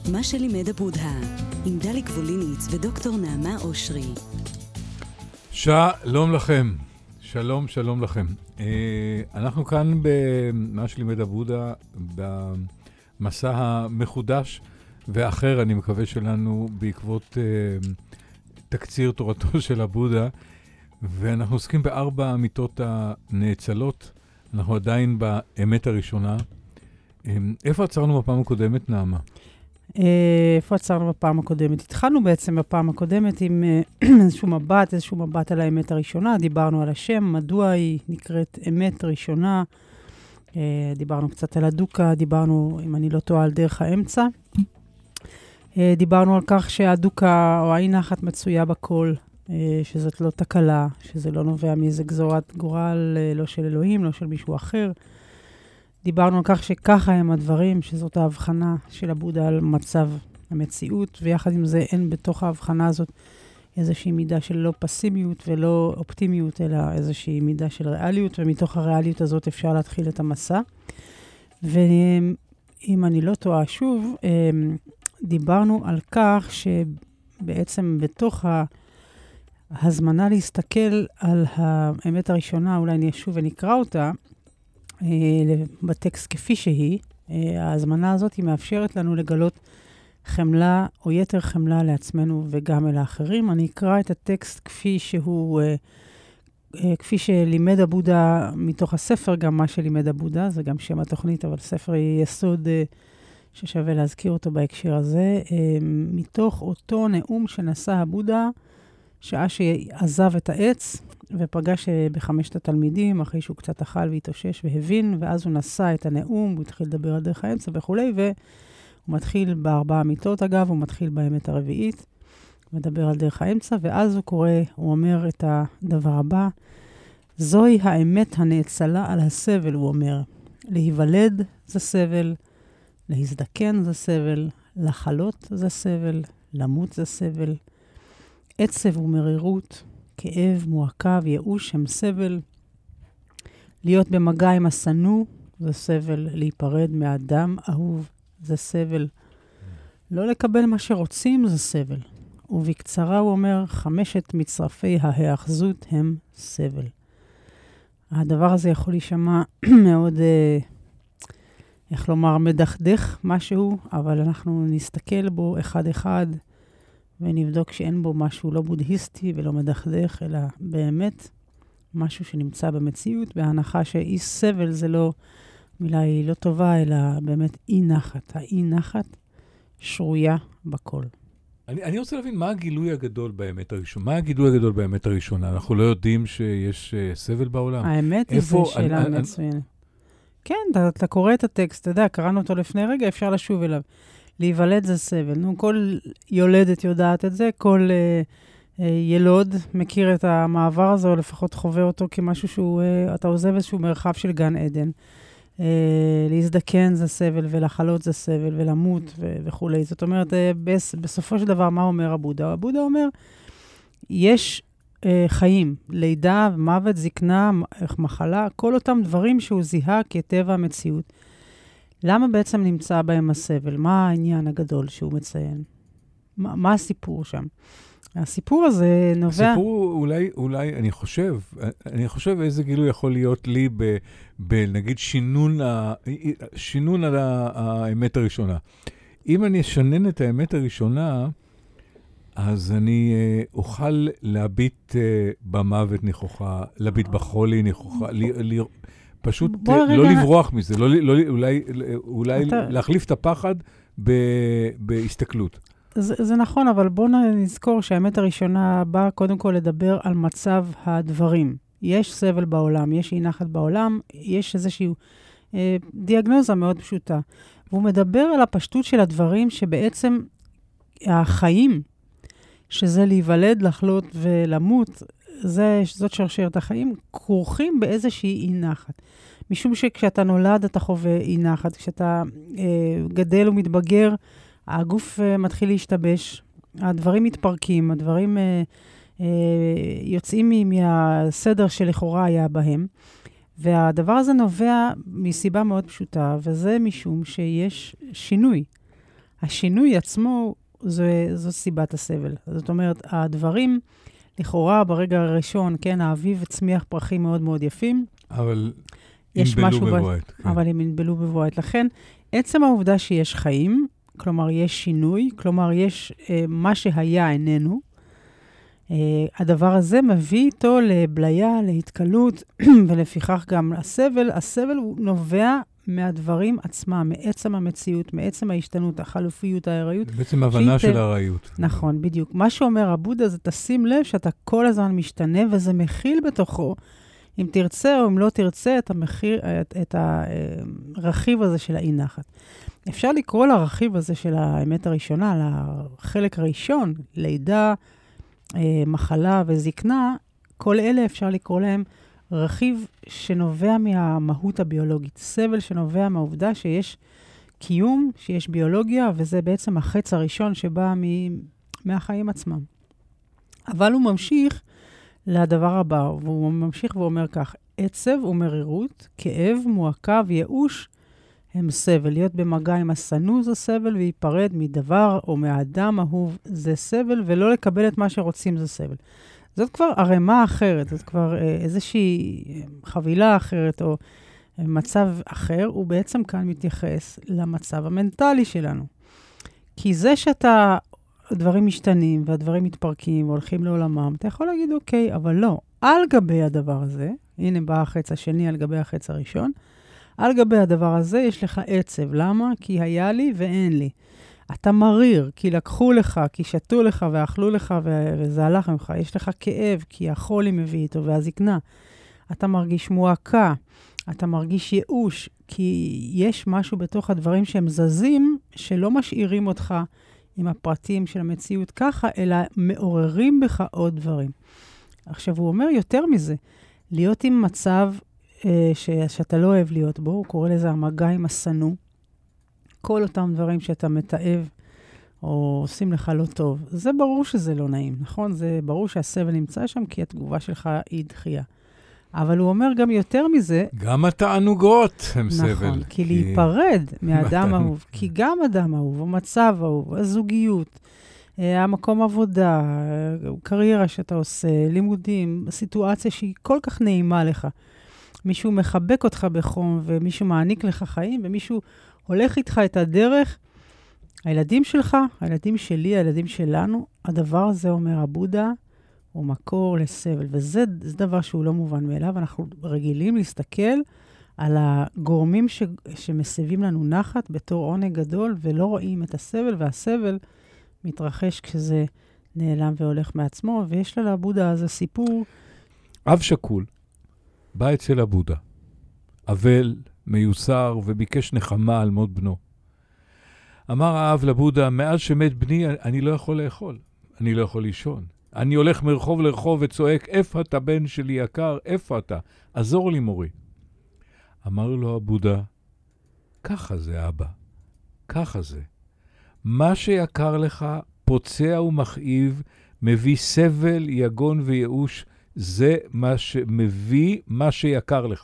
מה שלימד הבודה, עם דליק ווליניץ ודוקטור נעמה אושרי. שלום לכם, שלום לכם. אנחנו כאן במה שלימד הבודה, במסע המחודש ואחר, אני מקווה שלנו, בעקבות תקציר תורתו של הבודה, ואנחנו עוסקים בארבע אמיתות הנאצלות. אנחנו עדיין באמת הראשונה. איפה עצרנו בפעם הקודמת, נעמה? איפה עצרנו בפעם הקודמת? התחלנו בעצם בפעם הקודמת עם איזשהו מבט על האמת הראשונה. דיברנו על השם, מדוע היא נקראת אמת ראשונה. דיברנו קצת על הדוקה, דיברנו, אם אני לא טועה, על דרך האמצע. דיברנו על כך שהדוקה או האי נחת מצויה בכל, שזאת לא תקלה, שזה לא נובע מאיזה גזורת גורל, לא של אלוהים, לא של מישהו אחר. דיברנו על כך שככה הם הדברים, שזאת ההבחנה של הבודה על מצב המציאות, ויחד עם זה אין בתוך ההבחנה הזאת איזושהי מידה של לא פסימיות ולא אופטימיות, אלא איזושהי מידה של ריאליות, ומתוך הריאליות הזאת אפשר להתחיל את המסע. ואם אני לא טועה שוב, דיברנו על כך שבעצם בתוך ההזמנה להסתכל על האמת הראשונה, אולי נשוב ונקרא אותה, בטקסט כפי שהיא, ההזמנה הזאת היא מאפשרת לנו לגלות חמלה או יתר חמלה לעצמנו וגם אל האחרים. אני אקרא את הטקסט כפי שהוא, כפי שלימד הבודה מתוך הספר, גם מה שלימד הבודה, זה גם שם התוכנית, אבל ספר יסוד ששווה להזכיר אותו בהקשר הזה, מתוך אותו נאום שנשא הבודה, שעה שעזב את העץ, ופגש בחמשת התלמידים, אחרי שהוא קצת אכל והתאושש והבין, ואז הוא נשא את הנאום, הוא התחיל לדבר על דרך האמצע וכולי, והוא מתחיל בארבע אמיתות, אגב, הוא מתחיל באמת הרביעית, מדבר על דרך האמצע, ואז הוא קורא, הוא אומר את הדבר הבא, זוהי האמת הנאצלה על הסבל, הוא אומר, להיוולד זה סבל, להזדקן זה סבל, לחלות זה סבל, למות זה סבל, עצב ומרירות, כאב, מועקה וייאוש הם סבל. להיות במגע עם השנוא זה סבל. להיפרד מאדם אהוב זה סבל. לא לקבל מה שרוצים זה סבל. ובקצרה הוא אומר, 5 מצרפי ההאחזות הם סבל. הדבר הזה יכול להישמע מאוד, איך לומר, מדכדך משהו, אבל אנחנו נסתכל בו אחד-אחד, ונבדוק שאין בו משהו לא בודהיסטי ולא מדכדך, אלא באמת משהו שנמצא במציאות, בהנחה שאי סבל זה לא, מילה היא לא טובה, אלא באמת אי נחת. האי נחת שרויה בכל. אני רוצה להבין מה הגילוי הגדול באמת הראשונה. מה הגילוי הגדול באמת הראשונה? אנחנו לא יודעים שיש סבל בעולם. האמת היא זו שאלה מצוינת. כן, אתה קורא את הטקסט, אתה יודע, קראנו אותו לפני רגע, אפשר לשוב אליו. להיוולד זה סבל. נו, כל יולדת יודעת את זה, כל ילוד מכיר את המעבר הזה, או לפחות חווה אותו כמשהו שהוא, אתה עוזב איזשהו מרחב של גן עדן. להזדקן זה סבל, ולחלות זה סבל, ולמות וכו'. זאת אומרת, בסופו של דבר, מה אומר הבודה? הבודה אומר, יש חיים, לידה, מוות, זקנה, מחלה, כל אותם דברים שהוא זיהה כטבע המציאות. למה בעצם נמצא בהם הסבל? מה העניין הגדול שהוא מציין? מה הסיפור שם? הסיפור הזה נובע... הסיפור אולי, אני חושב איזה גילוי יכול להיות לי נגיד שינון על האמת הראשונה. אם אני אשנן את האמת הראשונה, אז אני אוכל להביט במוות נכוחה, להביט בחולי נכוחה, פשוט לא לברוח מזה, אולי להחליף את הפחד בהסתכלות. זה נכון, אבל בואו נזכור שהאמת הראשונה באה קודם כל לדבר על מצב הדברים. יש סבל בעולם, יש אי נחת בעולם, יש איזושהי דיאגנוזה מאוד פשוטה. והוא מדבר על הפשטות של הדברים שבעצם החיים, שזה להיוולד, לחלות ולמות, זאת שרשרת החיים, כרוכים באיזושהי אי נחת. משום שכשאתה נולד אתה חווה אי נחת, כשאתה גדל ומתבגר, הגוף מתחיל להשתבש, הדברים מתפרקים, הדברים יוצאים מהסדר שלכאורה היה בהם, והדבר הזה נובע מסיבה מאוד פשוטה, וזה משום שיש שינוי. השינוי עצמו זו סיבת הסבל. זאת אומרת, הדברים, לכאורה ברגע הראשון, כן, האביב הצמיח פרחים מאוד מאוד יפים. אבל ינבלו בבועת. אבל הם ינבלו בבועת. לכן, עצם העובדה שיש חיים, כלומר, יש שינוי, כלומר, יש מה שהיה איננו, הדבר הזה מביא איתו לבליה, להתקלות, ולפיכך גם הסבל. הסבל הוא נובע מהדברים עצמם, מעצם המציאות, מעצם ההשתנות, החלופיות, ההיריות. בעצם הבנה של ההיריות. נכון, בדיוק. מה שאומר הבודה זה תשים לב שאתה כל הזמן משתנה, וזה מכיל בתוכו, אם תרצה או אם לא תרצה, את הרכיב הזה של האי נחת. אפשר לקרוא לרכיב הזה של האמת הראשונה, לחלק הראשון, לידה, מחלה וזקנה, כל אלה אפשר לקרוא להם רכיב שנובע מהמהות הביולוגית. סבל שנובע מהעובדה שיש קיום, שיש ביולוגיה, וזה בעצם החץ הראשון שבא מהחיים עצמם. אבל הוא ממשיך לדבר הבא, והוא ממשיך ואומר כך, עצב ומרירות, כאב, מועקה וייאוש הם סבל. להיות במגע עם הסנוז זה סבל, להיפרד מדבר או מהאדם אהוב זה סבל, ולא לקבל את מה שרוצים זה סבל. זאת כבר הרמה אחרת, זאת כבר איזושהי חבילה אחרת או מצב אחר, הוא בעצם כאן מתייחס למצב המנטלי שלנו. כי זה שאתה, הדברים משתנים והדברים מתפרקים והולכים לעולמם, אתה יכול להגיד אוקיי, אבל לא. על גבי הדבר הזה, הנה בא החץ השני על גבי החץ הראשון, על גבי הדבר הזה יש לך עצב. למה? כי היה לי ואין לי. אתה מריר, כי לקחו לך, כי שתו לך ואכלו לך וזה הלך ממך. יש לך כאב, כי החולי מביא איתו והזקנה. אתה מרגיש מועקה, אתה מרגיש ייאוש, כי יש משהו בתוך הדברים שהם זזים, שלא משאירים אותך עם הפרטים של המציאות ככה, אלא מעוררים בך עוד דברים. עכשיו, הוא אומר יותר מזה, להיות עם מצב שאתה לא אוהב להיות בו, הוא קורא לזה המגע עם הסנו, כל אותם דברים שאתה מתאב או עושים לך לא טוב, זה ברור שזה לא נעים, נכון? זה ברור שהסבל נמצא שם כי התגובה שלך היא דחייה. אבל הוא אומר גם יותר מזה... גם התענוגות הם סבל. נכון, כי להיפרד מאדם אהוב, כי גם אדם אהוב, המצב אהוב, הזוגיות, המקום עבודה, קריירה שאתה עושה, לימודים, סיטואציה שהיא כל כך נעימה לך. מישהו מחבק אותך בחום, ומישהו מעניק לך חיים, ומישהו הולך איתך את הדרך. הילדים שלך, הילדים שלי, הילדים שלנו, הדבר הזה אומר הבודה, הוא מקור לסבל. וזה דבר שהוא לא מובן מאליו. אנחנו רגילים להסתכל על הגורמים שמסבים לנו נחת בתור עונג גדול, ולא רואים את הסבל, והסבל מתרחש כשזה נעלם והולך מעצמו, ויש לה לבודה הזה סיפור. אב שקול. בא אצל הבודה, אבל, מיוסר, וביקש נחמה על מות בנו. אמר האב לבודה, מאז שמת בני, אני לא יכול לאכול, אני לא יכול לישון. אני הולך מרחוב לרחוב וצועק, איפה אתה בן שלי יקר, איפה אתה? עזור לי מורי. אמר לו הבודה, ככה זה אבא, ככה זה. מה שיקר לך, פוצע ומכאיב, מביא סבל, יגון וייאוש, זה מה שמביא מה שיקר לך.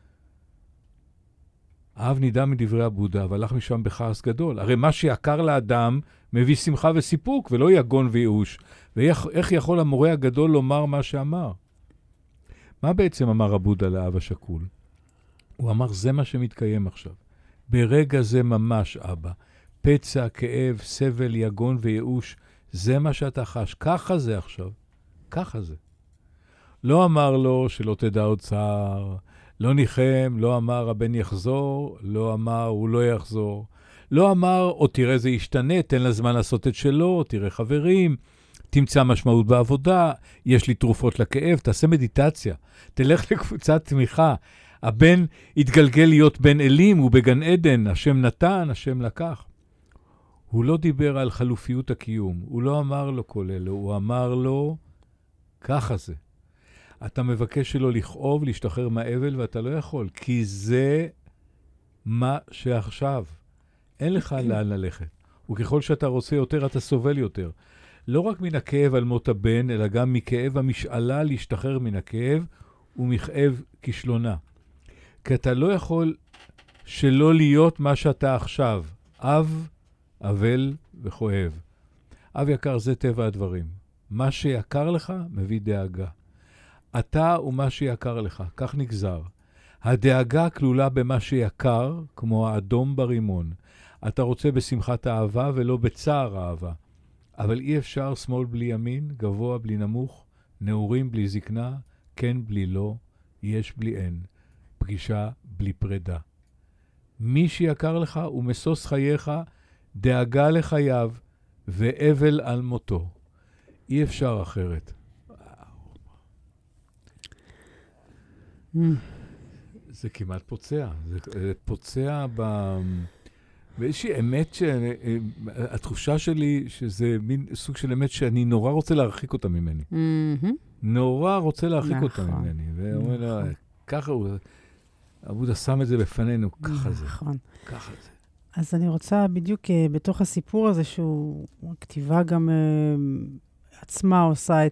האב נידע מדברי הבודה, והלך משם בכעס גדול. הרי מה שיקר לאדם מביא שמחה וסיפוק, ולא יגון וייאוש. ואיך יכול המורה הגדול לומר מה שאמר? מה בעצם אמר הבודה לאב השקול? הוא אמר, זה מה שמתקיים עכשיו. ברגע זה ממש, אבא. פצע, כאב, סבל, יגון וייאוש, זה מה שאתה חש. ככה זה עכשיו. ככה זה. לא אמר לו שלא תדע עוד צער, לא ניחם, לא אמר הבן יחזור, לא אמר הוא לא יחזור, לא אמר או תראה זה ישתנה, תן לה זמן לעשות את שלו, תראה חברים, תמצא משמעות בעבודה, יש לי תרופות לכאב, תעשה מדיטציה, תלך לקבוצת תמיכה, הבן יתגלגל להיות בן אלים, הוא בגן עדן, השם נתן, השם לקח. הוא לא דיבר על חלופיות הקיום, הוא לא אמר לו כל אלו, הוא אמר לו, ככה זה. אתה מבקש שלו לכאוב, להשתחרר מהאבל, ואתה לא יכול, כי זה מה שעכשיו. אין לך לאן ללכת. וככל שאתה רוצה יותר, אתה סובל יותר. לא רק מן הכאב על מות הבן, אלא גם מכאב המשאלה להשתחרר מן הכאב, ומכאב כישלונה. כי אתה לא יכול שלא להיות מה שאתה עכשיו. אב אבל וכואב. אב יקר, זה טבע הדברים. מה שיקר לך מביא דאגה. אתה ומה שיקר לך, כך נגזר. הדאגה כלולה במה שיקר, כמו האדום ברימון. אתה רוצה בשמחת האהבה ולא בצער האהבה. אבל אי אפשר שמאל בלי ימין, גבוה בלי נמוך, נעורים בלי זקנה, כן בלי לא, יש בלי אין, פגישה בלי פרידה. מי שיקר לך ומסוס חייך, דאגה לחייו ואבל על מותו. אי אפשר אחרת. זה כמעט פוצע. זה פוצע באיזושהי אמת, התחושה שלי שזה מין סוג של אמת שאני נורא רוצה להרחיק אותה ממני. נורא רוצה להרחיק אותה ממני. ואומר לה, ככה הוא, אבודה שם את זה בפנינו, ככה זה. ככה זה. אז אני רוצה בדיוק בתוך הסיפור הזה, שהוא, הכתיבה גם עצמה עושה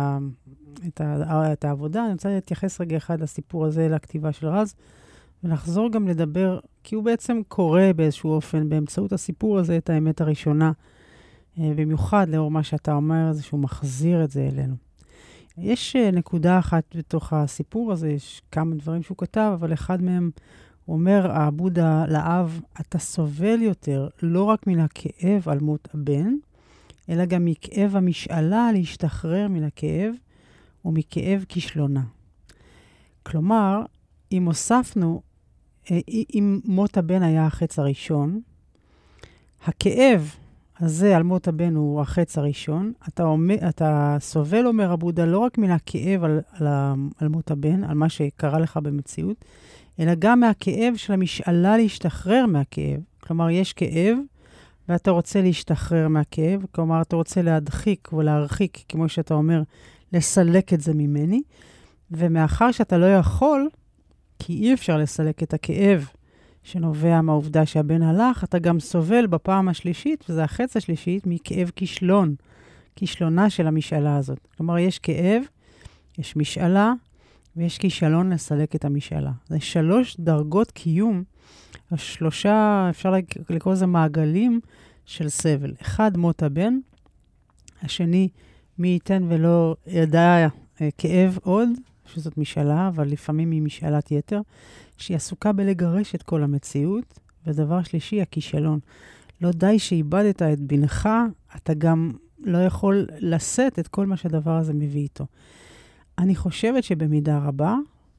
את העבודה, אני רוצה להתייחס רגע אחד לסיפור הזה, לכתיבה של רז, ולחזור גם לדבר, כי הוא בעצם קורא באיזשהו אופן, באמצעות הסיפור הזה, את האמת הראשונה, במיוחד לאור מה שאתה אומר, זה שהוא מחזיר את זה אלינו. יש נקודה אחת בתוך הסיפור הזה, יש כמה דברים שהוא כתב, אבל אחד מהם אומר, הבודה לאב, אתה סובל יותר, לא רק מן הכאב על מות הבן, אלא גם מכאב המשאלה להשתחרר מן הכאב, ומכאב כישלונה. כלומר, אם הוספנו, אם מות הבן היה החץ הראשון, הכאב הזה על מות הבן הוא החץ הראשון, אתה סובל, אומר הבודה, לא רק מן הכאב על מות הבן, על מה שקרה לך במציאות, אלא גם מהכאב של המשאלה להשתחרר מהכאב. כלומר, יש כאב, ואתה רוצה להשתחרר מהכאב, כלומר, אתה רוצה להדחיק ולהרחיק, כמו שאתה אומר, לסלק את זה ממני, ומאחר שאתה לא יכול, כי אי אפשר לסלק את הכאב שנובע מהעובדה שהבן הלך, אתה גם סובל בפעם השלישית, וזה החץ השלישית, מכאב כישלון, כישלונה של המשאלה הזאת. כלומר, יש כאב, יש משאלה, ויש כישלון לסלק את המשאלה. זה 3 דרגות קיום, 3, אפשר לקרוא לזה מעגלים של סבל. 1, מות הבן, השני, מי ייתן ולא ידע כאב עוד, שזאת משאלה, אבל לפעמים היא משאלת יתר, שהיא עסוקה בלגרש את כל המציאות, ודבר שלישי, הכישלון. לא די שאיבדת את בנך, אתה גם לא יכול לשאת את כל מה שהדבר הזה מביא איתו. אני חושבת שבמידה רבה,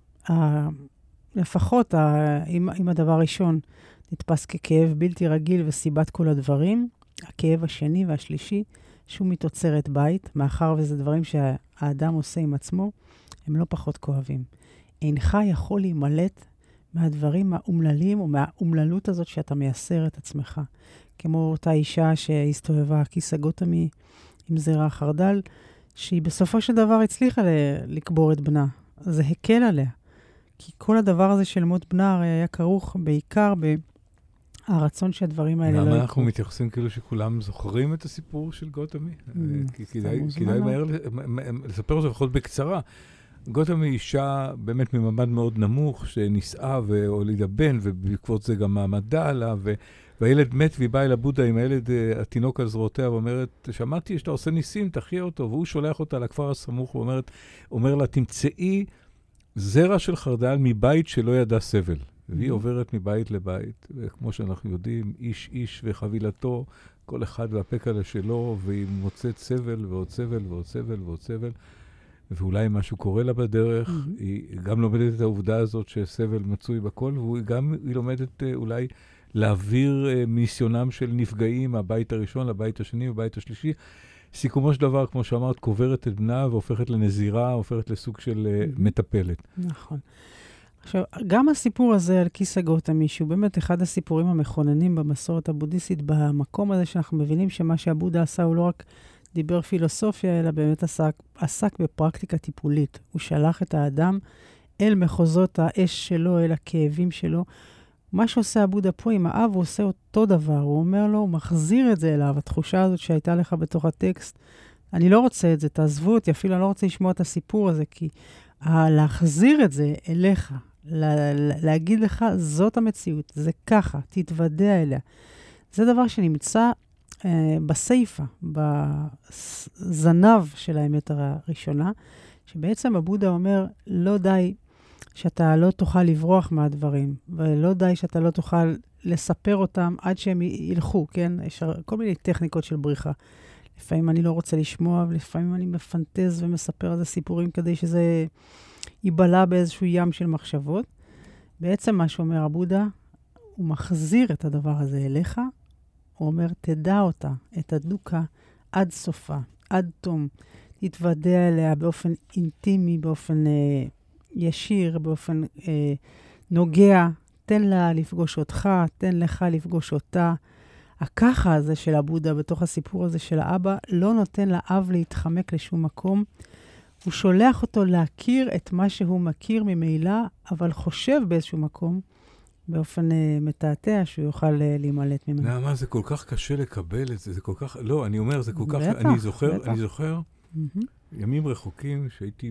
לפחות אם הדבר הראשון נתפס ככאב בלתי רגיל וסיבת כל הדברים, הכאב השני והשלישי, שהוא מתוצרת בית, מאחר וזה דברים שהאדם עושה עם עצמו, הם לא פחות כואבים. אינך יכול להימלט מהדברים האומללים או מהאומללות הזאת שאתה מייסר את עצמך. כמו אותה אישה שהסתובבה כיסא גותמי עם זרע חרדל, שהיא בסופו של דבר הצליחה לקבור את בנה. זה הקל עליה. כי כל הדבר הזה של מות בנה הרי היה כרוך בעיקר הרצון שהדברים האלה לא יקרו. למה אנחנו מתייחסים כאילו שכולם זוכרים את הסיפור של גותמי? כדאי מהר לספר אותו לפחות בקצרה. גותמי אישה באמת ממעמד מאוד נמוך, שנישאה והולידה בן, ובעקבות זה גם מעמדה עלה, והילד מת והיא באה אל הבודה עם הילד התינוק על זרועותיה, ואומרת, שמעתי שאתה עושה ניסים, תחיה אותו, והוא שולח אותה לכפר הסמוך, ואומר לה, תמצאי זרע של חרדל מבית שלא ידע סבל. והיא עוברת מבית לבית, וכמו שאנחנו יודעים, איש איש וחבילתו, כל אחד והפקע שלו, והיא מוצאת סבל ועוד סבל ועוד סבל ועוד סבל, ואולי משהו קורה לה בדרך, היא גם לומדת את העובדה הזאת שסבל מצוי בכל, והיא לומדת אולי להעביר ניסיונם של נפגעים מהבית הראשון לבית השני ובית השלישי. סיכומו של דבר, כמו שאמרת, קוברת את בנה והופכת לנזירה, הופכת לסוג של מטפלת. נכון. עכשיו, גם הסיפור הזה על כיסא גותמי, שהוא באמת אחד הסיפורים המכוננים במסורת הבודהיסטית, במקום הזה שאנחנו מבינים שמה שהבודה עשה הוא לא רק דיבר פילוסופיה, אלא באמת עסק בפרקטיקה טיפולית. הוא שלח את האדם אל מחוזות האש שלו, אל הכאבים שלו. מה שעושה הבודה פה עם האב, הוא עושה אותו דבר. הוא אומר לו, הוא מחזיר את זה אליו. התחושה הזאת שהייתה לך בתוך הטקסט, אני לא רוצה את זה, תעזבו אותי, אפילו אני לא רוצה לשמוע את הסיפור הזה, כי להחזיר את זה אליך, להגיד לך, זאת המציאות, זה ככה, תתוודע אליה. זה דבר שנמצא בסייפה, בזנב של האמת הראשונה, שבעצם הבודה אומר, לא די שאתה לא תוכל לברוח מהדברים, ולא די שאתה לא תוכל לספר אותם עד שהם ילכו, כן? יש כל מיני טכניקות של בריחה. לפעמים אני לא רוצה לשמוע, ולפעמים אני מפנטז ומספר על זה סיפורים כדי שזה ייבלע באיזשהו ים של מחשבות. בעצם מה שאומר הבודה, הוא מחזיר את הדבר הזה אליך, הוא אומר, תדע אותה, את הדוקה, עד סופה, עד תום. תתוודע אליה באופן אינטימי, באופן ישיר, באופן נוגע. תן לה לפגוש אותך, תן לך לפגוש אותה. הככה הזה של הבודה, בתוך הסיפור הזה של האבא, לא נותן לאב להתחמק לשום מקום. הוא שולח אותו להכיר את מה שהוא מכיר ממילא, אבל חושב באיזשהו מקום, באופן מתעתע, שהוא יוכל להימלט ממנו. נעמה, זה כל כך קשה לקבל את זה, זה כל כך, לא, אני אומר, זה כל כך, בטח, אני זוכר, ימים רחוקים שהייתי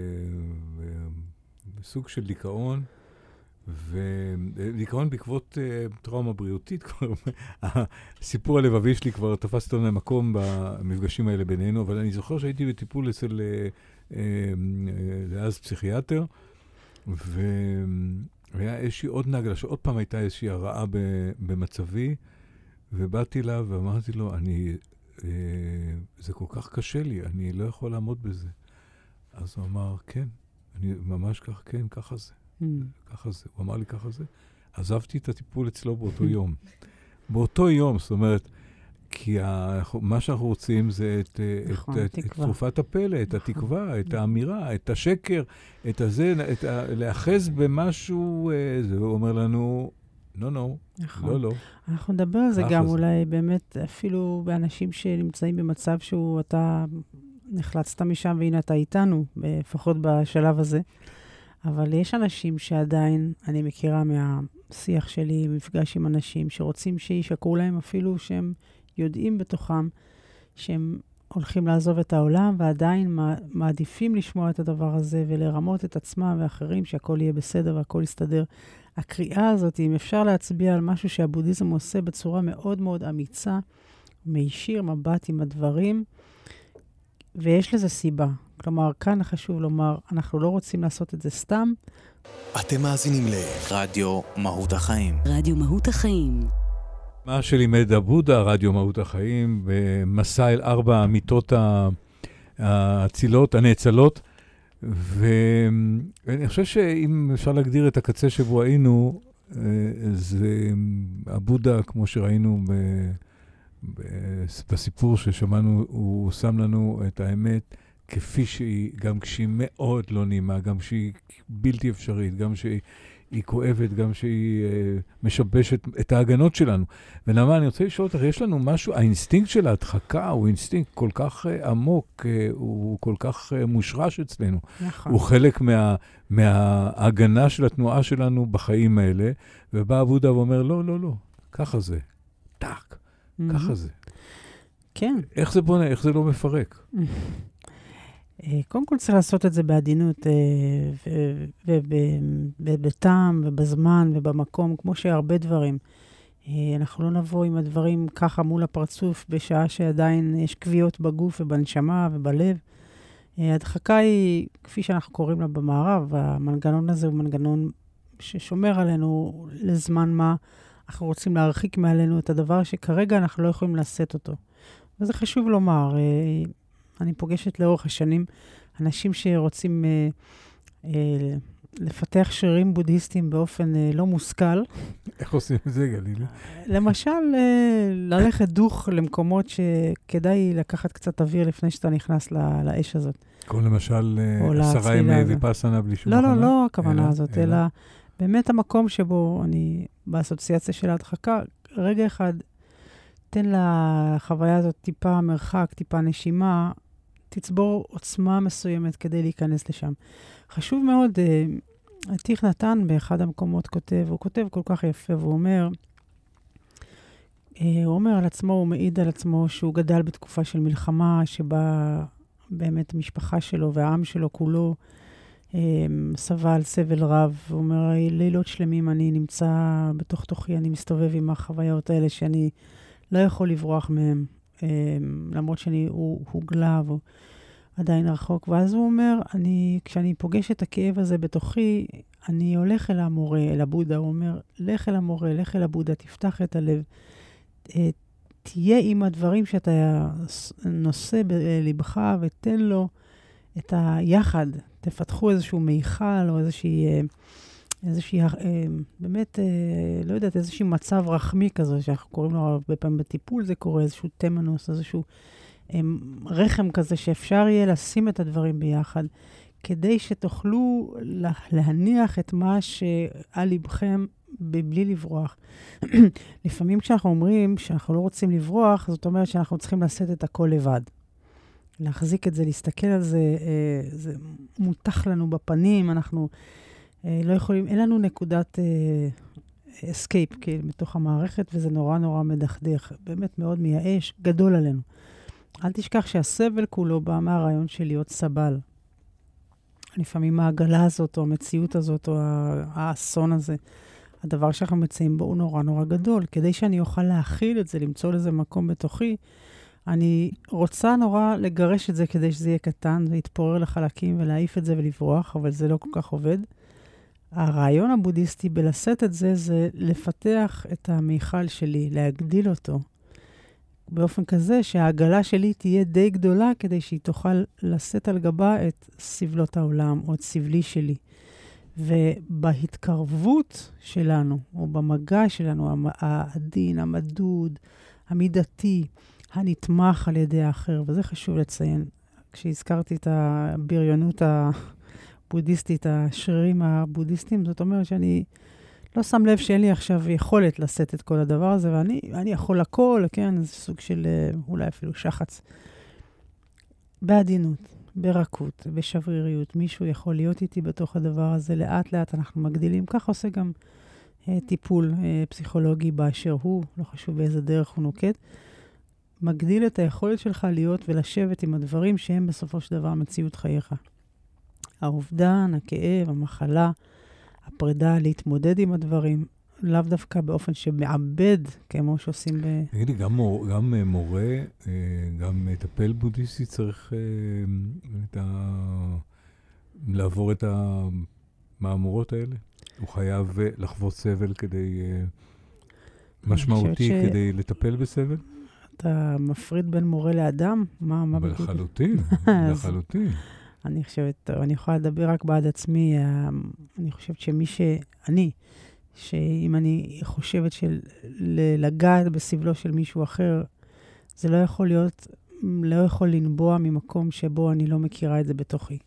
בסוג של דיכאון, ודיכאון בעקבות טראומה בריאותית, הסיפור הלבבי שלי כבר תפס אותו למקום במפגשים האלה בינינו, אבל אני זוכר שהייתי בטיפול אצל אז פסיכיאטר, והיה איזושהי עוד נגלה, שעוד פעם הייתה איזושהי הרעה במצבי, ובאתי לה ואמרתי לו, זה כל כך קשה לי, אני לא יכול לעמוד בזה. אז הוא אמר, כן, אני ממש כך, כן, ככה זה. ככה זה. הוא אמר לי ככה זה. עזבתי את הטיפול אצלו באותו יום. באותו יום, זאת אומרת, כי מה שאנחנו רוצים זה את תרופת הפלא, את התקווה, את האמירה, את השקר, את הזה, להאחז במשהו, הוא אומר לנו, לא. אנחנו נדבר על זה גם אולי באמת, אפילו באנשים שנמצאים במצב שהוא, אתה נחלצת משם והנה אתה איתנו, לפחות בשלב הזה. אבל יש אנשים שעדיין, אני מכירה מהשיח שלי, מפגש עם אנשים שרוצים שישקרו להם אפילו שהם יודעים בתוכם שהם הולכים לעזוב את העולם, ועדיין מעדיפים לשמוע את הדבר הזה ולרמות את עצמם ואחרים שהכל יהיה בסדר והכל יסתדר. הקריאה הזאת, אם אפשר להצביע על משהו שהבודהיזם עושה בצורה מאוד מאוד אמיצה, מישיר מבט עם הדברים, ויש לזה סיבה. כלומר, כאן חשוב לומר, אנחנו לא רוצים לעשות את זה סתם. אתם מאזינים לרדיו מהות החיים. רדיו מהות החיים. מה שלימד הבודה, רדיו מהות החיים, במסע אל 4 המיטות האצילות, הנאצלות, ואני חושב שאם אפשר להגדיר את הקצה שבו היינו, זה הבודה, כמו שראינו בסיפור ששמענו, הוא שם לנו את האמת כפי שהיא, גם כשהיא מאוד לא נעימה, גם כשהיא בלתי אפשרית, גם שהיא כואבת, גם שהיא משבשת את ההגנות שלנו. ונעמה, אני רוצה לשאול אותך, יש לנו משהו, האינסטינקט של ההדחקה הוא אינסטינקט כל כך עמוק, הוא כל כך מושרש אצלנו. נכון. הוא חלק מההגנה של התנועה שלנו בחיים האלה, ובא הבודה ואומר, לא, ככה זה, טק, ככה זה. כן. איך זה בונה, איך זה לא מפרק? קודם כל צריך לעשות את זה בעדינות, ובטעם, ובזמן, ובמקום, כמו שהרבה דברים. אנחנו לא נבוא עם הדברים ככה מול הפרצוף, בשעה שעדיין יש קביעות בגוף ובנשמה ובלב. הדחקה היא, כפי שאנחנו קוראים לה במערב, המנגנון הזה הוא מנגנון ששומר עלינו לזמן מה אנחנו רוצים להרחיק מעלינו את הדבר שכרגע אנחנו לא יכולים לשאת אותו. וזה חשוב לומר, אני פוגשת לאורך השנים אנשים שרוצים לפתח שרירים בודהיסטיים באופן לא מושכל. איך עושים את זה, גלילה? למשל, ללכת דוך למקומות שכדאי לקחת קצת אוויר לפני שאתה נכנס לאש הזאת. כמו למשל 10 ימי ויפאסנה בלי שום הכנה? לא הכוונה הזאת, אלא באמת המקום שבו אני באסוציאציה של ההדחקה, רגע אחד, תן לחוויה הזאת טיפה מרחק, טיפה נשימה, תצבור עוצמה מסוימת כדי להיכנס לשם. חשוב מאוד, תיך נתן באחד המקומות כותב, הוא כותב כל כך יפה, והוא אומר על עצמו, הוא מעיד על עצמו שהוא גדל בתקופה של מלחמה, שבה באמת המשפחה שלו והעם שלו כולו סבל סבל רב. הוא אומר, לילות שלמים אני נמצא בתוך תוכי, אני מסתובב עם החוויות האלה שאני לא יכול לברוח מהם, למרות שהוא הוגלה והוא עדיין רחוק. ואז הוא אומר, כשאני פוגש את הכאב הזה בתוכי, אני הולך אל המורה, אל הבודה. הוא אומר, לך אל המורה, לך אל הבודה, תפתח את הלב. תהיה עם הדברים שאתה נושא בלבך ותן לו את היחד. תפתחו איזשהו מיכל או איזושהי באמת, לא יודעת, איזשהו מצב רחמי כזה, שאנחנו קוראים לו הרבה פעמים בטיפול, זה קורה איזשהו תמנוס, איזשהו רחם כזה, שאפשר יהיה לשים את הדברים ביחד, כדי שתוכלו להניח את מה שעל לבכם בלי לברוח. לפעמים כשאנחנו אומרים שאנחנו לא רוצים לברוח, זאת אומרת שאנחנו צריכים לשאת את הכל לבד. להחזיק את זה, להסתכל על זה, זה מותח לנו בפנים, אנחנו לא יכולים, אין לנו נקודת אסקייפ מתוך המערכת, וזה נורא נורא מדכדך, באמת מאוד מייאש, גדול עלינו. אל תשכח שהסבל כולו בא מהרעיון של להיות סבל. לפעמים העגלה הזאת, או המציאות הזאת, או האסון הזה, הדבר שאנחנו מצאים בו הוא נורא נורא גדול. כדי שאני אוכל להכיל את זה, למצוא לזה מקום בתוכי, אני רוצה נורא לגרש את זה כדי שזה יהיה קטן, להתפורר לחלקים ולהעיף את זה ולברוח, אבל זה לא כל כך עובד. הרעיון הבודהיסטי בלשאת את זה, זה לפתח את המיכל שלי, להגדיל אותו, באופן כזה שהעגלה שלי תהיה די גדולה, כדי שהיא תוכל לשאת על גבה את סבלות העולם, או את סבלי שלי. ובהתקרבות שלנו, או במגע שלנו, העדין, המדוד, המידתי, הנתמך על ידי האחר, וזה חשוב לציין. כשהזכרתי את הבריונות הבודהיסטית, השרירים הבודהיסטיים, זאת אומרת שאני לא שם לב שאין לי עכשיו יכולת לשאת את כל הדבר הזה, ואני יכול הכל, כן? זה סוג של אולי אפילו שחץ. בעדינות, ברכות, בשבריריות, מישהו יכול להיות איתי בתוך הדבר הזה, לאט לאט אנחנו מגדילים. כך עושה גם טיפול פסיכולוגי באשר הוא, לא חשוב באיזה דרך הוא נוקט, מגדיל את היכולת שלך להיות ולשבת עם הדברים שהם בסופו של דבר מציאות חייך. האובדן, הכאב, המחלה, הפרידה, להתמודד עם הדברים, לאו דווקא באופן שמעבד, כמו שעושים תגידי, גם מורה, גם מטפל בודהיסטי צריך לעבור את המאמורות האלה? הוא חייב לחוות סבל כדי משמעותי כדי לטפל בסבל? אתה מפריד בין מורה לאדם? מה בדיוק? לחלוטין, לחלוטין. אני חושבת, אני יכולה לדבר רק בעד עצמי, אני חושבת שאם אני חושבת לגעת בסבלו של מישהו אחר, זה לא יכול לנבוע ממקום שבו אני לא מכירה את זה בתוכי.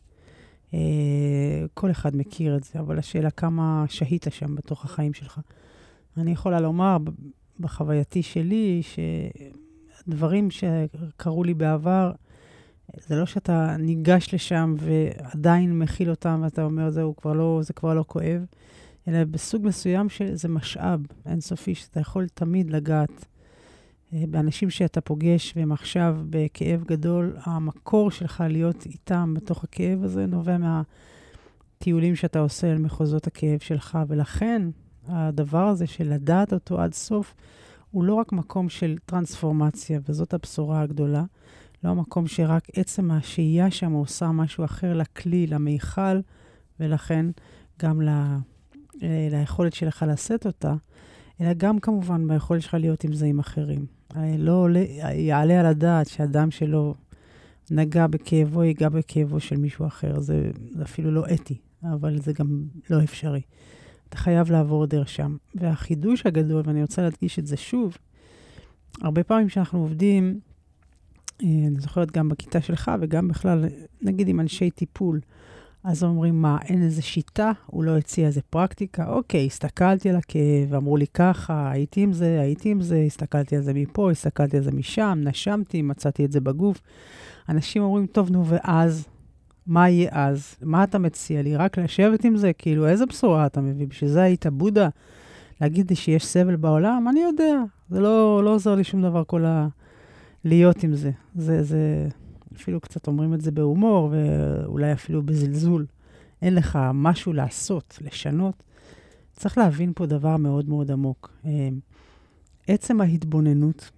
כל אחד מכיר את זה, אבל השאלה כמה שהית שם בתוך החיים שלך. אני יכולה לומר בחווייתי שלי, שדברים שקרו לי בעבר, זה לא שאתה ניגש לשם ועדיין מכיל אותם, ואתה אומר, זה כבר לא כואב, אלא בסוג מסוים שזה משאב אינסופי, שאתה יכול תמיד לגעת באנשים שאתה פוגש, והם עכשיו בכאב גדול, המקור שלך להיות איתם בתוך הכאב הזה, נובע מהטיולים שאתה עושה על מחוזות הכאב שלך, ולכן הדבר הזה של לדעת אותו עד סוף, הוא לא רק מקום של טרנספורמציה, וזאת הבשורה הגדולה, לא מקום שרק עצם השהייה שם עושה משהו אחר לכלי, למיכל, ולכן גם ליכולת שלך לשאת אותה, אלא גם כמובן ביכולת שלך להיות עם זה עם אחרים. לא יעלה על הדעת שאדם שלו נגע בכאבו, ייגע בכאבו של מישהו אחר. זה אפילו לא אתי, אבל זה גם לא אפשרי. אתה חייב לעבור דרך שם. והחידוש הגדול, ואני רוצה להדגיש את זה שוב, הרבה פעמים שאנחנו עובדים, אני זוכרת גם בכיתה שלך, וגם בכלל, נגיד עם אנשי טיפול, אז אומרים, מה, אין איזו שיטה? הוא לא הציע איזו פרקטיקה? אוקיי, הסתכלתי על הכאב, אמרו לי ככה, הייתי עם זה, הסתכלתי על זה מפה, הסתכלתי על זה משם, נשמתי, מצאתי את זה בגוף. אנשים אומרים, טוב, נו, ואז? מה יהיה אז? מה אתה מציע לי? רק לשבת עם זה? כאילו, איזה בשורה אתה מביא? בשביל זה היית בודה? להגיד לי שיש סבל בעולם? אני יודע. זה לא עוזר לי שום דבר להיות עם זה. זה אפילו קצת אומרים את זה בהומור, ואולי אפילו בזלזול. אין לך משהו לעשות, לשנות. צריך להבין פה דבר מאוד מאוד עמוק. עצם ההתבוננות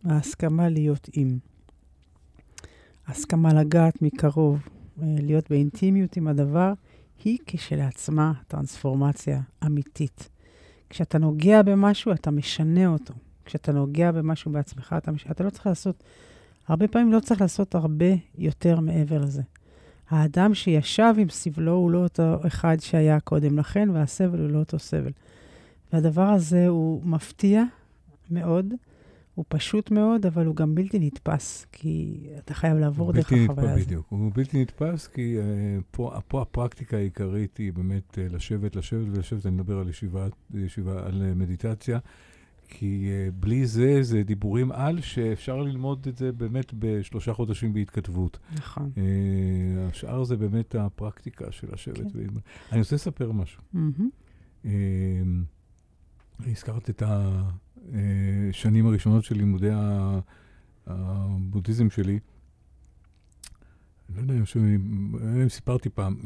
ההסכמה להיות עם. ההסכמה לגעת מקרוב, להיות באינטימיות עם הדבר, היא כשלעצמה טרנספורמציה אמיתית. כשאתה נוגע במשהו, אתה משנה אותו. כשאתה נוגע במשהו בעצמך, אתה לא צריך לעשות, הרבה פעמים לא צריך לעשות הרבה יותר מעבר לזה. האדם שישב עם סבלו הוא לא אותו אחד שהיה קודם לכן, והסבל הוא לא אותו סבל. והדבר הזה הוא מפתיע מאוד, הוא פשוט מאוד, אבל הוא גם בלתי נתפס, כי אתה חייב לעבור דרך החוויה הזאת. בדיוק, הוא בלתי נתפס, כי פה הפרקטיקה העיקרית היא באמת לשבת, אני מדבר על ישיבה על מדיטציה, כי בלי זה דיבורים על שאפשר ללמוד את זה באמת ב3 חודשים בהתכתבות. נכון. השאר זה באמת הפרקטיקה של לשבת. כן. אני רוצה לספר משהו. הזכרת את השנים הראשונות של לימודי הבודהיזם שלי. אני לא יודע אם סיפרתי פעם.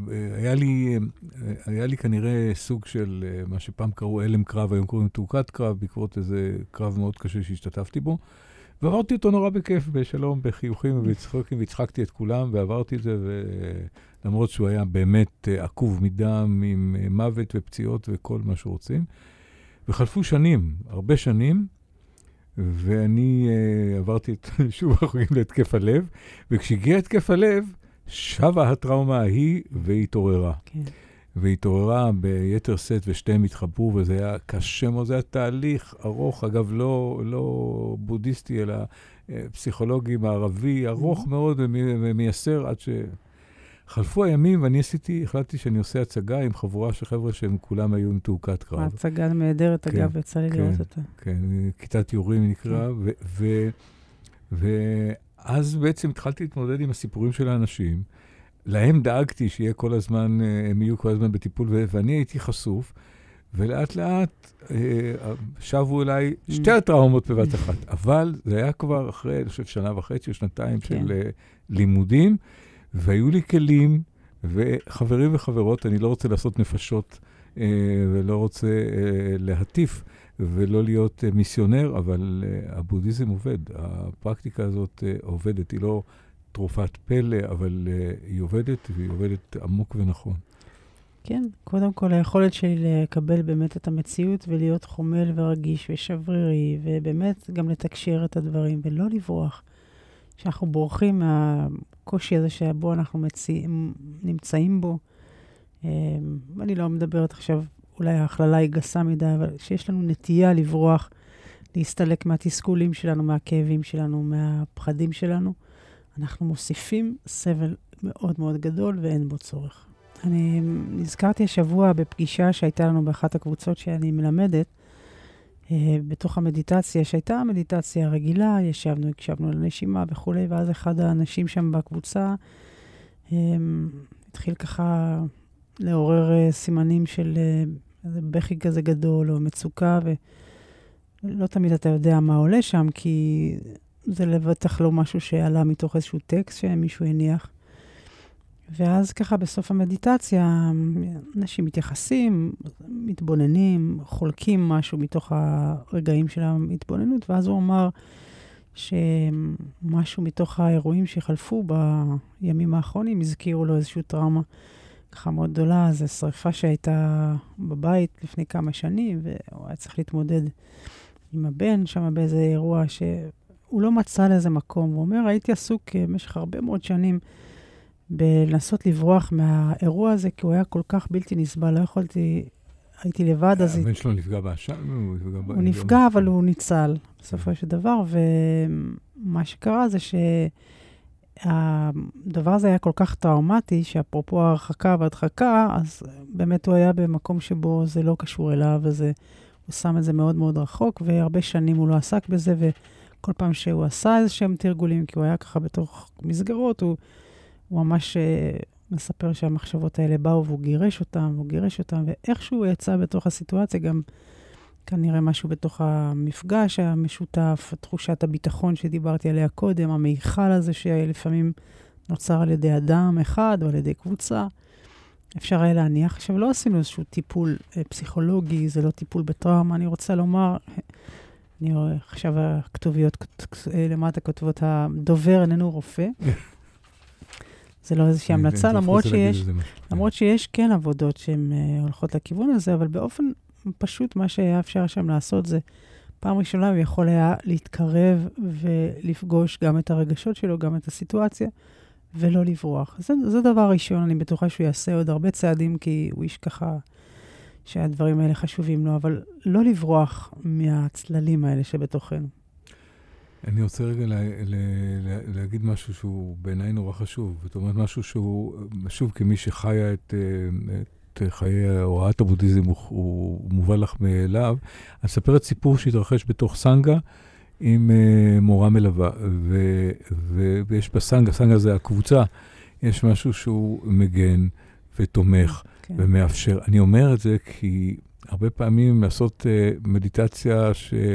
היה לי כנראה סוג של מה שפעם קראו אלם קרב, היום קוראים תעוקת קרב, בעקבות איזה קרב מאוד קשה שהשתתפתי בו. ועברתי אותו נורא בכיף, בשלום, בחיוכים ובצחוקים, והצחקתי את כולם, ועברתי את זה, למרות שהוא היה באמת עקוב מדם, עם מוות ופציעות וכל מה שרוצים. וחלפו שנים, הרבה שנים, ואני עברתי שוב החוגים להתקף הלב, וכשהגיע התקף הלב, שבה הטראומה ההיא והתעוררה. כן. והתעוררה ביתר סט ושתיהם התחברו, וזה היה קשה מאוד, זה היה תהליך ארוך, אגב, לא בודהיסטי, אלא פסיכולוגי מערבי, ארוך מאוד ומייסר עד חלפו הימים, ואני החלטתי שאני עושה הצגה עם חבורה של חבר'ה שהם כולם היו עם תעוקת קרב. ההצגה נהדרת, אגב, יצא לי לראות אותה. כן, כיתת יורים נקרא, ואז בעצם התחלתי להתמודד עם הסיפורים של האנשים. להם דאגתי שיהיה כל הזמן, הם יהיו כל הזמן בטיפול, ואני הייתי חשוף, ולאט לאט שבו אליי שתי הטראומות בבת אחת. אבל זה היה כבר אחרי, אני חושב, 1.5 או 2 של לימודים, והיו לי כלים, וחברים וחברות, אני לא רוצה לעשות נפשות, ולא רוצה להטיף, ולא להיות מיסיונר, אבל הבודהיזם עובד. הפרקטיקה הזאת עובדת, היא לא תרופת פלא, אבל היא עובדת, והיא עובדת עמוק ונכון. כן, קודם כל היכולת שלי לקבל באמת את המציאות, ולהיות חומל ורגיש ושברירי, ובאמת גם לתקשר את הדברים, ולא לברוח. שאנחנו בורחים מהקושי הזה שבו אנחנו נמצאים בו. אני לא מדברת עכשיו, אולי ההכללה היא גסה מדי, אבל שיש לנו נטייה לברוח, להסתלק מהתסכולים שלנו, מהכאבים שלנו, מהפחדים שלנו. אנחנו מוסיפים סבל מאוד מאוד גדול ואין בו צורך. אני נזכרתי השבוע בפגישה שהייתה לנו באחת הקבוצות שאני מלמדת, בתוך המדיטציה, שהייתה המדיטציה הרגילה, הקשבנו לנשימה וכו', ואז אחד האנשים שם בקבוצה התחיל ככה לעורר סימנים של בכי כזה גדול או מצוקה, ולא תמיד אתה יודע מה עולה שם, כי זה לבטח לא משהו שעלה מתוך איזשהו טקסט שמישהו הניח. ואז ככה בסוף המדיטציה, אנשים מתייחסים, מתבוננים, חולקים משהו מתוך הרגעים של ההתבוננות, ואז הוא אמר שמשהו מתוך האירועים שחלפו בימים האחרונים, הזכירו לו איזושהי טראומה ככה מאוד גדולה, זו שריפה שהייתה בבית לפני כמה שנים, והוא היה צריך להתמודד עם הבן שם באיזה אירוע שהוא לא מצא לאיזה מקום. הוא אומר, הייתי עסוק במשך הרבה מאוד שנים, בלנסות לברוח מהאירוע הזה, כי הוא היה כל כך בלתי נסבל, לא יכולתי, הייתי לבד, אז... הבן שלו נפגע בעשן? הוא נפגע, אבל הוא ניצל, בסופו של דבר, ומה שקרה זה שהדבר הזה היה כל כך טראומטי, שאפרופו ההרחקה והדחקה, אז באמת הוא היה במקום שבו זה לא קשור אליו, הוא שם את זה מאוד מאוד רחוק, והרבה שנים הוא לא עסק בזה, וכל פעם שהוא עשה איזשהם תרגולים, כי הוא היה ככה בתוך מסגרות, הוא ממש מספר שהמחשבות האלה באו והוא גירש אותם, ואיכשהו הוא יצא בתוך הסיטואציה, גם כנראה משהו בתוך המפגש המשותף, תחושת הביטחון שדיברתי עליה קודם, המיכל הזה שלפעמים נוצר על ידי אדם אחד או על ידי קבוצה, אפשר היה להניח. עכשיו, לא עשינו איזשהו טיפול פסיכולוגי, זה לא טיפול בטראומה, אני רוצה לומר, אני רואה עכשיו הכתוביות למטה כותבות, הדובר איננו רופא. זה לא איזושהי המלצה, למרות שיש כן עבודות שהן הולכות לכיוון הזה, אבל באופן פשוט מה שהיה אפשר שם לעשות זה, פעם ראשונה הוא יכול היה להתקרב ולפגוש גם את הרגשות שלו, גם את הסיטואציה, ולא לברוח. זה דבר ראשון, אני בטוחה שהוא יעשה עוד הרבה צעדים, כי הוא איש ככה שהדברים האלה חשובים לו, אבל לא לברוח מהצללים האלה שבתוכנו. אני רוצה רגע להגיד משהו שהוא בעיניי נורא חשוב. זאת אומרת, משהו שהוא, שוב, כמי שחיה את חיי הוראת הבודהיזם, הוא מובא לך מאליו. אני אספר את סיפור שהתרחש בתוך סנגה עם מורה מלווה. ויש בסנגה, סנגה זה הקבוצה, יש משהו שהוא מגן ותומך ומאפשר. אני אומר את זה כי הרבה פעמים לעשות מדיטציה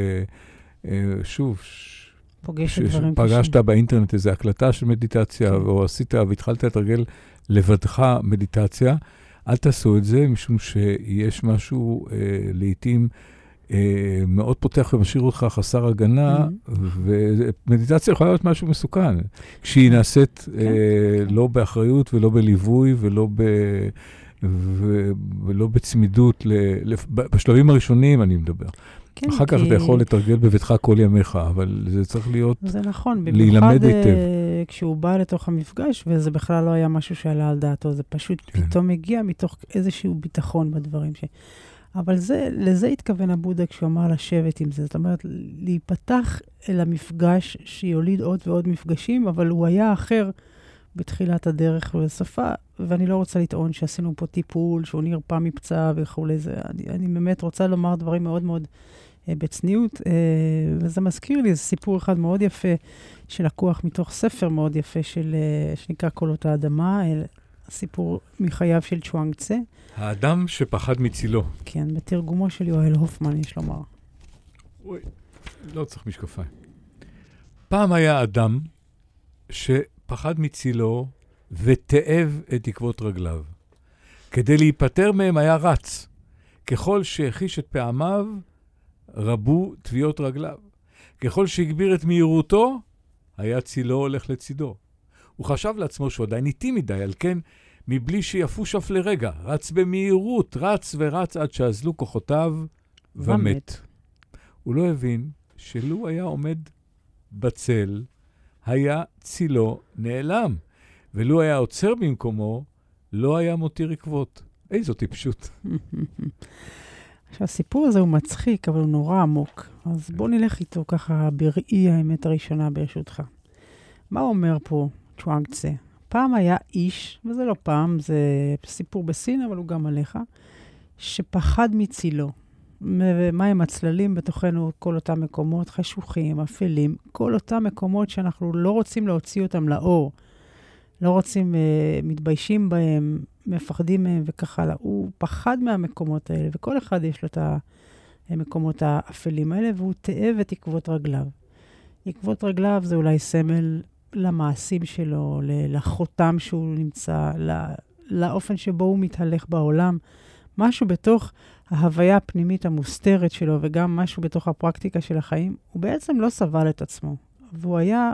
שוב, פגשת באינטרנט איזו הקלטה של מדיטציה, או עשית והתחלת לתרגל לבדך מדיטציה, אל תעשו את זה, משום שיש משהו לעתים מאוד פותח ומשאיר אותך חסר הגנה, ומדיטציה יכולה להיות משהו מסוכן. כשהיא נעשית לא באחריות ולא בליווי ולא בצמידות, בשלבים הראשונים אני מדבר. אחר כך אתה יכול לתרגל בביתך כל ימיך, אבל זה צריך להיות, זה נכון, להילמד היטב. כשהוא בא לתוך המפגש, וזה בכלל לא היה משהו שעלה על דעתו, זה פשוט פתאום הגיע מתוך איזשהו ביטחון בדברים אבל לזה התכוון הבודה כשהוא אמר לשבת עם זה. זאת אומרת, להיפתח אל המפגש שיוליד עוד ועוד מפגשים, אבל הוא היה אחר בתחילת הדרך ובשפה, ואני לא רוצה לטעון שעשינו פה טיפול, שהוא נרפא מבצע וכו'. אני באמת רוצה לומר דברים מאוד מאוד בצניעות, וזה מזכיר לי, זה סיפור אחד מאוד יפה, שלקוח מתוך ספר מאוד יפה שנקרא קולות האדמה, סיפור מחייו של צ'ואנג צה. האדם שפחד מצילו. כן, בתרגומו של יואל הופמן, יש לומר. אוי, לא צריך משקפיים. פעם היה אדם שפחד מצילו ותאב את עקבות רגליו. כדי להיפטר מהם היה רץ. ככל שהחיש את פעמיו, רבו תביעות רגליו. ככל שהגביר את מהירותו, היה צילו הולך לצידו. הוא חשב לעצמו שהוא עדיין איטי מדי, על כן, מבלי שיפוש אף לרגע, רץ במהירות, רץ ורץ עד שאזלו כוחותיו ומת. הוא לא הבין שלו היה עומד בצל, היה צילו נעלם, ולו היה עוצר במקומו, לא היה מותיר עקבות. איזו טיפשות. עכשיו, הסיפור הזה הוא מצחיק, אבל הוא נורא עמוק. אז בוא נלך איתו ככה בראי האמת הראשונה ברשותך. מה הוא אומר פה צ'ואנג צה? פעם היה איש, וזה לא פעם, זה סיפור בסין, אבל הוא גם עליך, שפחד מצילו. ומה הם הצללים בתוכנו, כל אותם מקומות חשוכים, אפלים, כל אותם מקומות שאנחנו לא רוצים להוציא אותם לאור, לא רוצים, מתביישים בהם, מפחדים מהם וכך הלאה. הוא פחד מהמקומות האלה, וכל אחד יש לו את המקומות האפלים האלה, והוא תאב את עקבות רגליו. עקבות רגליו זה אולי סמל למעשים שלו, לחותם שהוא נמצא, לאופן שבו הוא מתהלך בעולם. משהו בתוך ההוויה הפנימית המוסתרת שלו, וגם משהו בתוך הפרקטיקה של החיים, הוא בעצם לא סבל את עצמו. והוא היה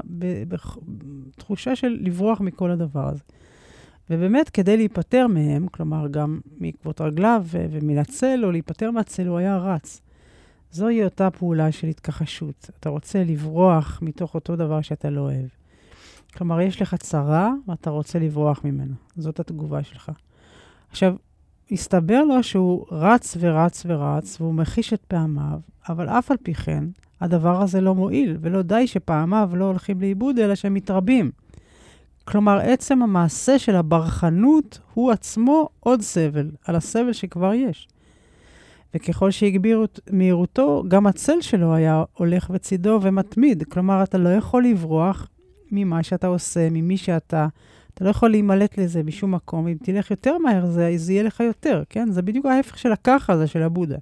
בתחושה של לברוח מכל הדבר הזה. ובאמת, כדי להיפטר מהם, כלומר גם מעקבות רגליו ומלצל, או להיפטר מהצל, הוא היה רץ. זוהי אותה פעולה של התכחשות. אתה רוצה לברוח מתוך אותו דבר שאתה לא אוהב. כלומר, יש לך צרה, ואתה רוצה לברוח ממנו. זאת התגובה שלך. עכשיו, הסתבר לו שהוא רץ ורץ ורץ, והוא מחיש את פעמיו, אבל אף על פי כן, הדבר הזה לא מועיל, ולא די שפעמיו לא הולכים לאיבוד, אלא שהם מתרבים. כלומר, עצם המעשה של הברחנות הוא עצמו עוד סבל, על הסבל שכבר יש. וככל שהגביר מהירותו, גם הצל שלו היה הולך בצידו ומתמיד. כלומר, אתה לא יכול לברוח ממה שאתה עושה, ממי שאתה... אתה לא יכול להימלט לזה בשום מקום. אם תלך יותר מהר, זה יהיה לך יותר, כן? זה בדיוק ההפך של הככה הזה, של הבודה.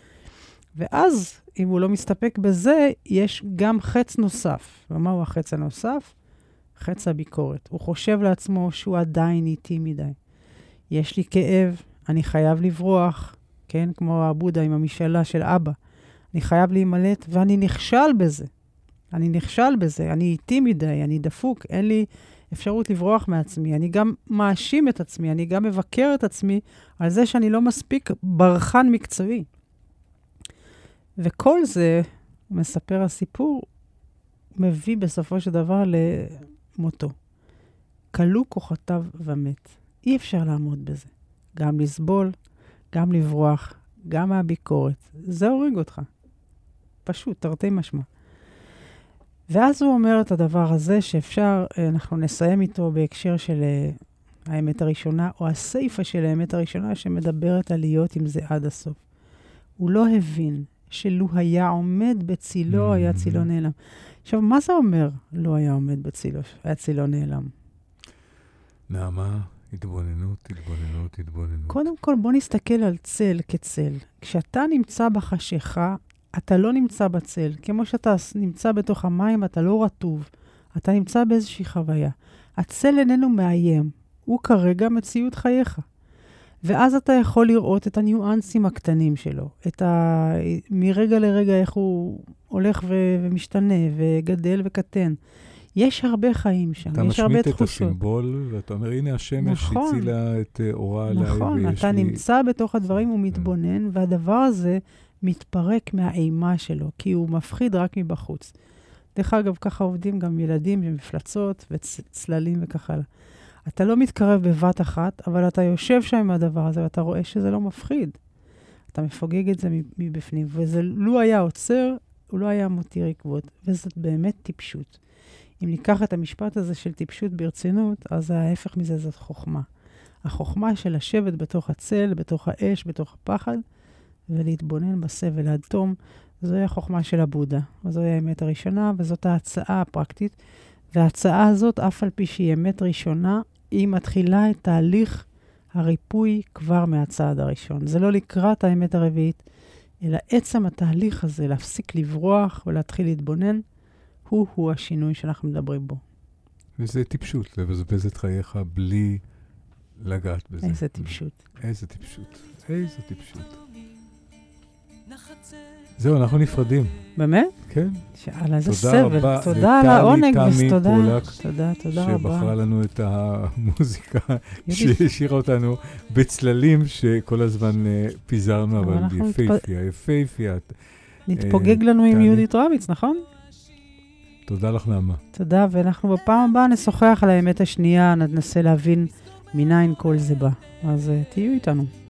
ואז, אם הוא לא מסתפק בזה, יש גם חץ נוסף. ומהו החץ הנוסף? חץ הביקורת. הוא חושב לעצמו שהוא עדיין איטי מדי. יש לי כאב, אני חייב לברוח, כן? כמו הבודה עם המשאלה של אבא. אני חייב להימלט, ואני נכשל בזה. אני איטי מדי, אני דפוק, אין לי אפשרות לברוח מעצמי. אני גם מאשים את עצמי, אני גם מבקר את עצמי על זה שאני לא מספיק ברחן מקצועי. וכל זה, מספר הסיפור, מביא בסופו של דבר למותו. כלו כוחותיו ומת. אי אפשר לעמוד בזה. גם לסבול, גם לברוח, גם מהביקורת. זה הורג אותך. פשוט, תרתי משמע. ואז הוא אומר את הדבר הזה שאפשר, אנחנו נסיים איתו בהקשר של האמת הראשונה, או הסייפה של האמת הראשונה, שמדברת על להיות עם זה עד הסוף. הוא לא הבין שלו היה עומד בצילו, היה צילו נעלם. עכשיו, מה זה אומר לא היה עומד בצילו, היה צילו נעלם? נעמה, התבוננות. קודם כל, בוא נסתכל על צל כצל. כשאתה נמצא בחשיכה, אתה לא נמצא בצל. כמו שאתה נמצא בתוך המים, אתה לא רטוב. אתה נמצא באיזושהי חוויה. הצל איננו מאיים. הוא כרגע מציאות חייך. ואז אתה יכול לראות את הניואנסים הקטנים שלו. מרגע לרגע איך הוא הולך ומשתנה וגדל וקטן. יש הרבה חיים שם, יש הרבה תחושות. אתה משמיט את הסימבול, ואתה אומר, הנה השמש הצילה את אורה עליי. נכון, אתה נמצא בתוך הדברים, הוא מתבונן, והדבר הזה מתפרק מהאימה שלו, כי הוא מפחיד רק מבחוץ. דרך אגב, ככה עובדים גם ילדים ומפלצות וצללים וככה. אתה לא מתקרב בבת אחת, אבל אתה יושב שם עם הדבר הזה, ואתה רואה שזה לא מפחיד. אתה מפוגג את זה מבפנים, וזה לא היה עוצר, הוא לא היה מותיר עקבות, וזאת באמת טיפשות. אם ניקח את המשפט הזה של טיפשות ברצינות, אז ההפך מזה זאת חוכמה. החוכמה של לשבת בתוך הצל, בתוך האש, בתוך הפחד, ולהתבונן בסבל עד תום, זוהי החוכמה של הבודה. וזוהי האמת הראשונה, וזאת ההצעה הפרקטית. וההצעה הזאת, אף על פי שהיא אמת ראשונה, היא מתחילה את תהליך הריפוי כבר מהצעד הראשון. זה לא לקראת האמת הרביעית, אלא עצם התהליך הזה, להפסיק לברוח ולהתחיל להתבונן, הוא השינוי שאנחנו מדברים בו. וזה טיפשות, לבזבז את חייך בלי לגעת בזה. איזה טיפשות. איזה טיפשות. זהו, אנחנו נפרדים. באמת? כן. שאלה, איזה סבל. תודה על העונג, ותודה. תודה רבה. שבחרה לנו את המוזיקה שהשאירה אותנו בצללים שכל הזמן פיזרנו, אבל יפהפייה. נתפוגג לנו עם יהודית רביץ, נכון? תודה לך, נעמה. תודה, ואנחנו בפעם הבאה נשוחח על האמת השנייה, ננסה להבין מניין כל זה בא. אז תהיו איתנו.